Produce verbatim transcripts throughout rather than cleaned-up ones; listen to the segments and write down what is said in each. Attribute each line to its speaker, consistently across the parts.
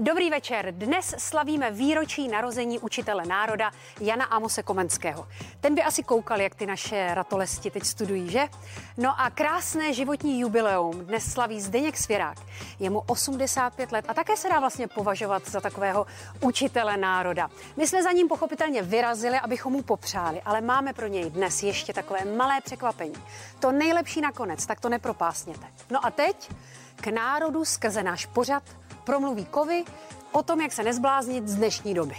Speaker 1: Dobrý večer. Dnes slavíme výročí narození učitele národa Jana Amose Komenského. Ten by asi koukal, jak ty naše ratolesti teď studují, že? No a krásné životní jubileum dnes slaví Zdeněk Svěrák. Je mu osmdesát pět let a také se dá vlastně považovat za takového učitele národa. My jsme za ním pochopitelně vyrazili, abychom mu popřáli, ale máme pro něj dnes ještě takové malé překvapení. To nejlepší nakonec, tak to nepropásněte. No a teď k národu skrze náš pořad promluví Kovy o tom, jak se nezbláznit z dnešní doby.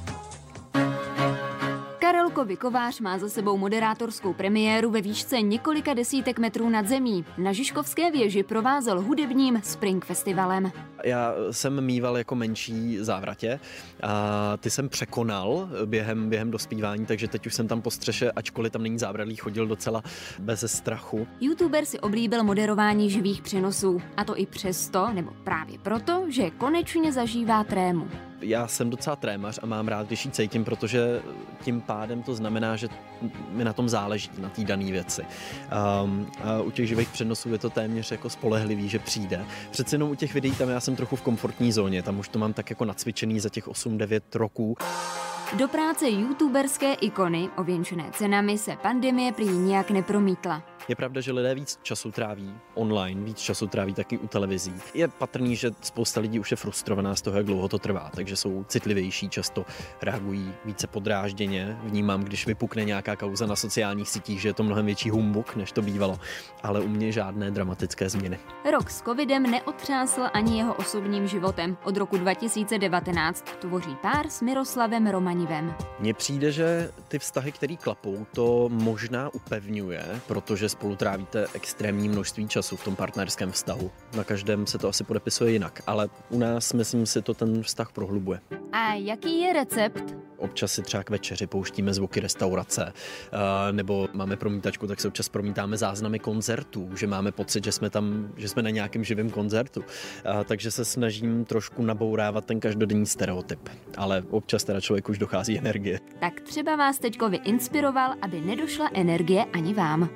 Speaker 2: Karel Kovy Kovář má za sebou moderátorskou premiéru ve výšce několika desítek metrů nad zemí. Na Žižkovské věži provázel hudebním Spring Festivalem.
Speaker 3: Já jsem mýval jako menší závratě a ty jsem překonal během, během dospívání, takže teď už jsem tam po střeše, ačkoliv tam není zábradlí, chodil docela bez strachu.
Speaker 2: YouTuber si oblíbil moderování živých přenosů. A to i přesto, nebo právě proto, že konečně zažívá trému.
Speaker 3: Já jsem docela trémař a mám rád, když ji cítím, protože tím pádem to znamená, že mi na tom záleží, na té dané věci. Um, a u těch živých přenosů je to téměř jako spolehlivý, že přijde. Přece jenom u těch videí tam já jsem trochu v komfortní zóně, tam už to mám tak jako nacvičený za těch osm devět roků.
Speaker 2: Do práce youtuberské ikony, ověnčené cenami, se pandemie prý nijak nepromítla.
Speaker 3: Je pravda, že lidé víc času tráví online, víc času tráví taky u televizí. Je patrný, že spousta lidí už je frustrovaná z toho, jak dlouho to trvá, takže jsou citlivější, často reagují více podrážděně. Vnímám, když vypukne nějaká kauza na sociálních sítích, že je to mnohem větší humbuk, než to bývalo, ale u mě žádné dramatické změny.
Speaker 2: Rok s covidem neotřásl ani jeho osobním životem. Od roku dva tisíce devatenáct tvoří pár s Miroslavem Romanivem.
Speaker 3: Mně přijde, že ty vztahy, které klapou, to možná upevňuje, protože spolu trávíte extrémní množství času v tom partnerském vztahu. Na každém se to asi podepisuje jinak, ale u nás, myslím si, to ten vztah prohlubuje.
Speaker 2: A jaký je recept?
Speaker 3: Občas si třeba k večeři pouštíme zvuky restaurace, nebo máme promítačku, tak se občas promítáme záznamy koncertů, že máme pocit, že jsme tam, že jsme na nějakém živém koncertu. Takže se snažím trošku nabourávat ten každodenní stereotyp, ale občas teda člověk už dochází energie.
Speaker 2: Tak třeba vás teď Kovy inspiroval, aby nedošla energie ani vám.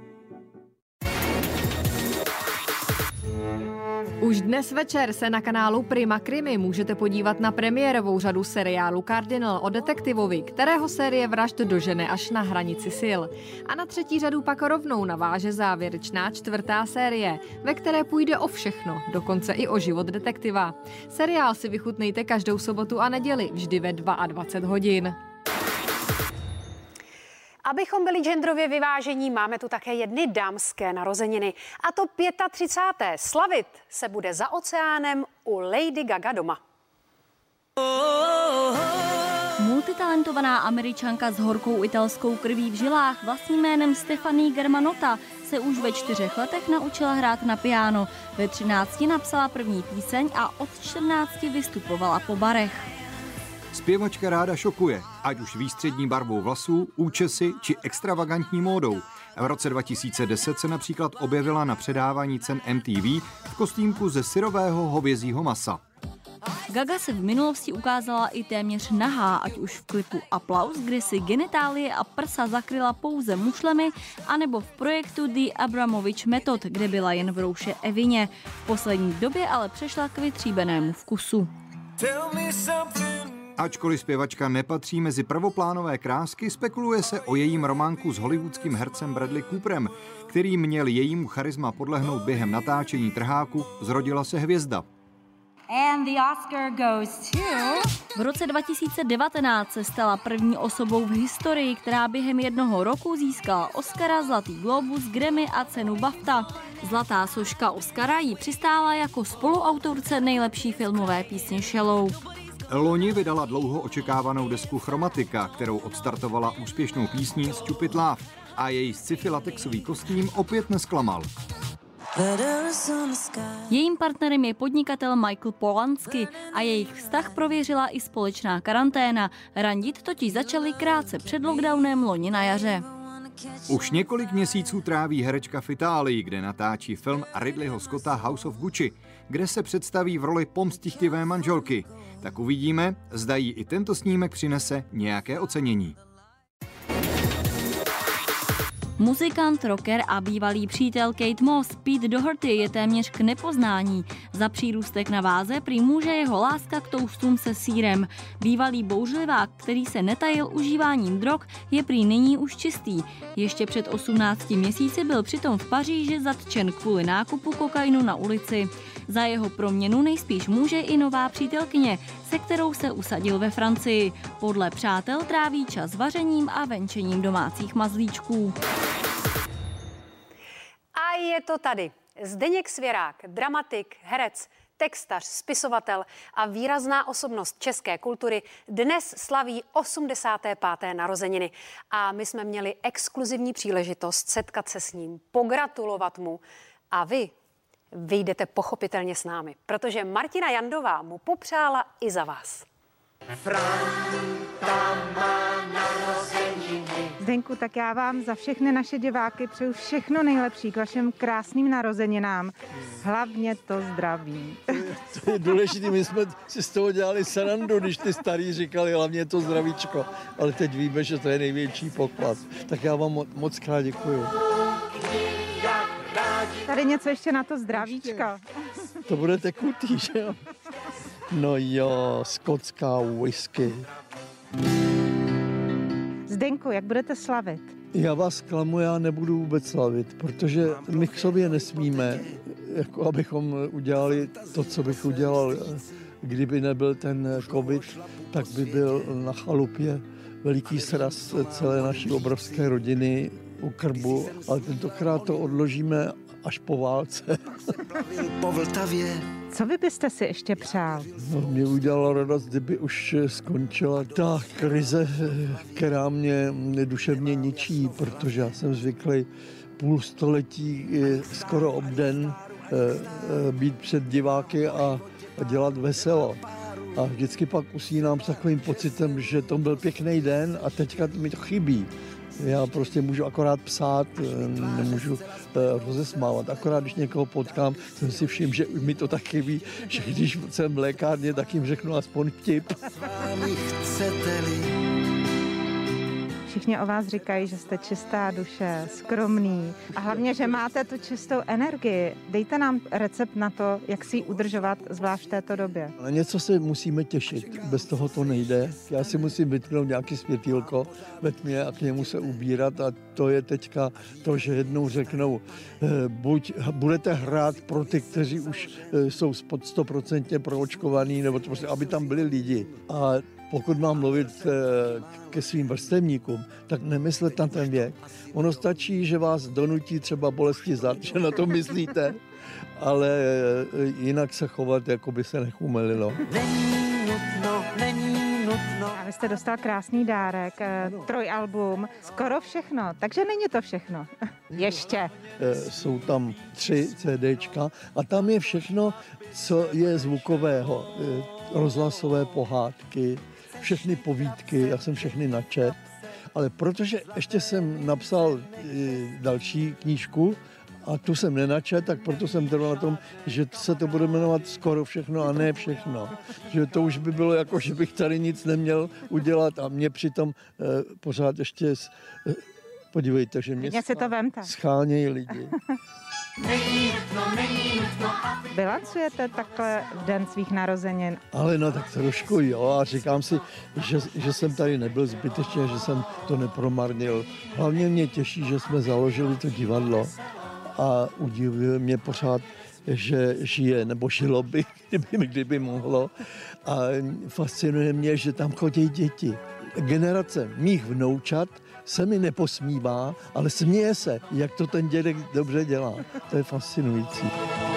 Speaker 4: Už dnes večer se na kanálu Prima Krimi můžete podívat na premiérovou řadu seriálu Kardinál o detektivovi, kterého série vražd dožene až na hranici sil. A na třetí řadu pak rovnou naváže závěrečná čtvrtá série, ve které půjde o všechno, dokonce i o život detektiva. Seriál si vychutnejte každou sobotu a neděli, vždy ve dvacet dva hodin.
Speaker 1: Abychom byli genderově vyvážení, máme tu také jedny dámské narozeniny. A to třicáté páté Slavit se bude za oceánem u Lady Gaga doma.
Speaker 5: Multitalentovaná Američanka s horkou italskou krví v žilách vlastním jménem Stefanie Germanotta se už ve čtyřech letech naučila hrát na piano. Ve třinácti napsala první píseň a od čtrnácti vystupovala po barech.
Speaker 6: Zpěvačka ráda šokuje, ať už výstřední barvou vlasů, účesy či extravagantní módou. V roce dva tisíce deset se například objevila na předávání cen M T V v kostýmku ze syrového hovězího masa.
Speaker 5: Gaga se v minulosti ukázala i téměř nahá, ať už v klipu Applaus, kdy si genitálie a prsa zakryla pouze mušlemi, anebo v projektu The Abramovich Method, kde byla jen v rouše Evině. V poslední době ale přešla k vytříbenému vkusu.
Speaker 6: Ačkoliv zpěvačka nepatří mezi prvoplánové krásky, spekuluje se o jejím románku s hollywoodským hercem Bradley Cooperem, který měl jejímu charisma podlehnout během natáčení Trháku, Zrodila se hvězda.
Speaker 5: And the Oscar goes to... V roce dva tisíce devatenáct se stala první osobou v historii, která během jednoho roku získala Oscara, Zlatý globus, Grammy a cenu BAFTA. Zlatá soška Oscara jí přistála jako spoluautorce nejlepší filmové písně Shallow.
Speaker 6: Loni vydala dlouho očekávanou desku Chromatika, kterou odstartovala úspěšnou písní Stupid Love a její sci-fi latexový kostým opět nesklamal.
Speaker 5: Jejím partnerem je podnikatel Michael Polansky a jejich vztah prověřila i společná karanténa. Randit totiž začali krátce před lockdownem loni na jaře.
Speaker 6: Už několik měsíců tráví herečka v Itálii, kde natáčí film Ridleyho Scotta House of Gucci, kde se představí v roli pomstychtivé manželky. Tak uvidíme, zda jí i tento snímek přinese nějaké ocenění.
Speaker 5: Muzikant, rocker a bývalý přítel Kate Moss, Pete Doherty, je téměř k nepoznání. Za přírůstek na váze prý může jeho láska k toustům se sýrem. Bývalý bouřlivák, který se netajil užíváním drog, je prý nyní už čistý. Ještě před osmnácti měsíci byl přitom v Paříži zatčen kvůli nákupu kokainu na ulici. Za jeho proměnu nejspíš může i nová přítelkyně, se kterou se usadil ve Francii. Podle přátel tráví čas vařením a venčením domácích mazlíčků.
Speaker 1: A je to tady. Zdeněk Svěrák, dramatik, herec, textař, spisovatel a výrazná osobnost české kultury dnes slaví osmdesáté páté narozeniny. A my jsme měli exkluzivní příležitost setkat se s ním, pogratulovat mu. A vy vyjdete pochopitelně s námi, protože Martina Jandová mu popřála i za vás.
Speaker 7: Franta má narozeniny.
Speaker 8: Zdenku, tak já vám za všechny naše diváky přeju všechno nejlepší k vašim krásným narozeninám. Hlavně to zdraví.
Speaker 9: To je důležité, my jsme si z toho dělali srandu, když ty starí říkali hlavně to zdravíčko. Ale teď víme, že to je největší poklad. Tak já vám moc krát děkuju.
Speaker 8: Tady něco ještě na to zdravíčko.
Speaker 9: To bude tekutý, že jo? No jo, skotská whisky.
Speaker 8: Zdenku, jak budete slavit?
Speaker 9: Já vás klamu, já nebudu vůbec slavit, protože my k sobě nesmíme, jako abychom udělali to, co bych udělal. Kdyby nebyl ten covid, tak by byl na chalupě veliký sraz celé naší obrovské rodiny u krbu, ale tentokrát to odložíme až po válce.
Speaker 7: Po Vltavě.
Speaker 8: Co vy byste si ještě přál?
Speaker 9: No, mě udělalo radost, kdyby už skončila ta krize, která mě duševně ničí, protože já jsem zvyklý půl století, skoro obden, být před diváky a dělat veselo. A vždycky pak usínám s takovým pocitem, že to byl pěkný den a teďka mi to chybí. Já prostě můžu akorát psát, nemůžu rozesmávat. Akorát, když někoho potkám, jsem si všiml, že mi to tak chybí, že když jsem v lékárně, tak jim řeknu aspoň vtip.
Speaker 8: Všichni o vás říkají, že jste čistá duše, skromný a hlavně, že máte tu čistou energii. Dejte nám recept na to, jak si ji udržovat, zvlášť v této době.
Speaker 9: Na něco se musíme těšit, bez toho to nejde. Já si musím vytknout nějaký světýlko ve tmě a k němu se ubírat a to je teďka to, že jednou řeknou, buď budete hrát pro ty, kteří už jsou sto procent proočkovaný, nebo prostě, aby tam byli lidi. A pokud mám mluvit ke svým vrstevníkům, tak nemyslet na ten věk. Ono stačí, že vás donutí třeba bolesti zad, že na to myslíte, ale jinak se chovat, jako by se nechumelilo.
Speaker 7: Není nutno, není nutno.
Speaker 8: A vy jste dostal krásný dárek, trojalbum, skoro všechno, takže není to všechno. Ještě.
Speaker 9: Jsou tam tři CDčka a tam je všechno, co je zvukového. Rozhlasové pohádky, všechny povídky, já jsem všechny načet, ale protože ještě jsem napsal další knížku a tu jsem nenačet, tak proto jsem trval na tom, že se to bude jmenovat skoro všechno a ne všechno. Že to už by bylo jako, že bych tady nic neměl udělat a mě přitom eh, pořád ještě, eh, podívejte, že mě schánějí lidi.
Speaker 7: Není nutno, není nutno.
Speaker 8: Bilancujete takhle v den svých narozenin?
Speaker 9: Ale no tak trošku jo a říkám si, že, že jsem tady nebyl zbytečně, že jsem to nepromarnil. Hlavně mě těší, že jsme založili to divadlo a udivuje mě pořád, že žije, nebo žilo by, kdyby, kdyby mohlo. A fascinuje mě, že tam chodí děti. Generace mých vnoučat se mi neposmívá, ale směje se, jak to ten dědek dobře dělá. To je fascinující.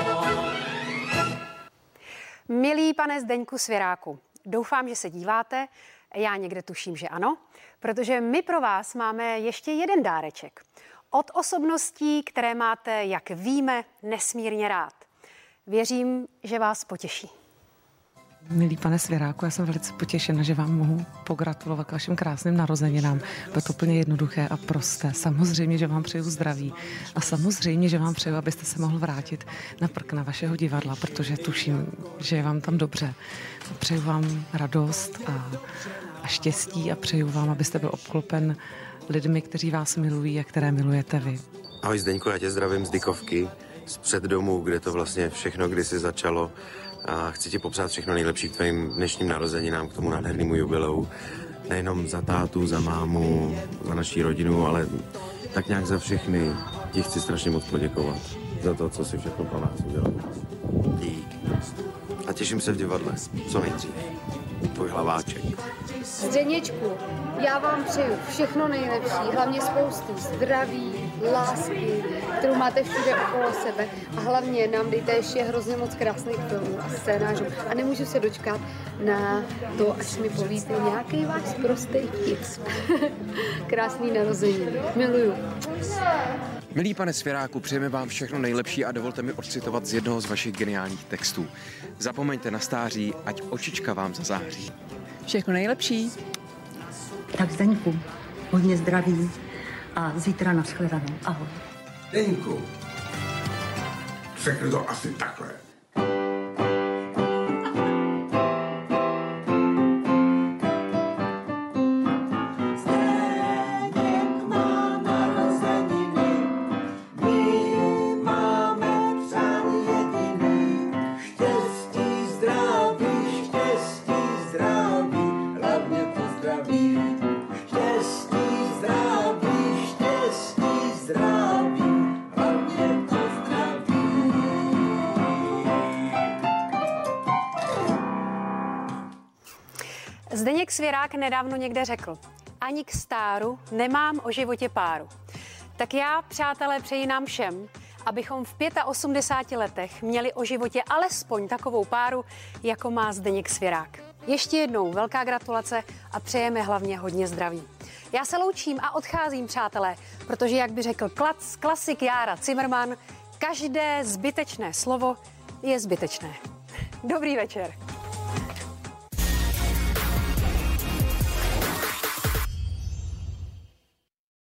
Speaker 1: Milý pane Zdeňku Svěráku, doufám, že se díváte. Já někde tuším, že ano, protože my pro vás máme ještě jeden dáreček. Od osobností, které máte, jak víme, nesmírně rád. Věřím, že vás potěší.
Speaker 10: Milý pane Svěráku, já jsem velice potěšena, že vám mohu pogratulovat k vašim krásným narozeninám. Bylo to úplně jednoduché a prosté. Samozřejmě, že vám přeju zdraví a samozřejmě, že vám přeju, abyste se mohl vrátit na prkna vašeho divadla, protože tuším, že je vám tam dobře. Přeju vám radost a, a štěstí a přeju vám, abyste byl obklopen lidmi, kteří vás milují a které milujete vy.
Speaker 11: Ahoj Zdeňku, já tě zdravím z Dykovky, z předdomu, kde to vlastně všechno kdysi začalo. A chci ti popřát všechno nejlepší k tvým dnešním narozeninám, k tomu nádhernému jubileu. Nejenom za tátu, za mámu, za naší rodinu, ale tak nějak za všechny. Ti chci strašně moc poděkovat za to, co si všechno pro nás udělal. Dík. A těším se v divadle, co nejdřív. Tvůj Hlaváček.
Speaker 12: Zdeněčku, já vám přeju všechno nejlepší, hlavně spoustu zdraví, lásky, kterou máte všude okolo sebe a hlavně nám dejte ještě hrozně moc krásných filmů a scénářů a nemůžu se dočkat na to, až mi povíte nějaký váš prostý vtip. Krásný narozeniny. Miluju.
Speaker 13: Milý pane Svěráku, přejeme vám všechno nejlepší a dovolte mi odcitovat z jednoho z vašich geniálních textů. Zapomeňte na stáří, ať očička vám zazáří.
Speaker 14: Všechno nejlepší.
Speaker 15: Tak Zdeňku, hodně zdraví a zítra nashledanou. Ahoj.
Speaker 16: Zdeňku, řeknu to asi takhle.
Speaker 1: Zdeněk Svěrák nedávno někde řekl, ani k stáru nemám o životě páru. Tak já, přátelé, přeji nám všem, abychom v osmdesáti pěti letech měli o životě alespoň takovou páru, jako má Zdeněk Svěrák. Ještě jednou velká gratulace a přejeme hlavně hodně zdraví. Já se loučím a odcházím, přátelé, protože, jak by řekl klac, klasik Jára Cimrman, každé zbytečné slovo je zbytečné. Dobrý večer.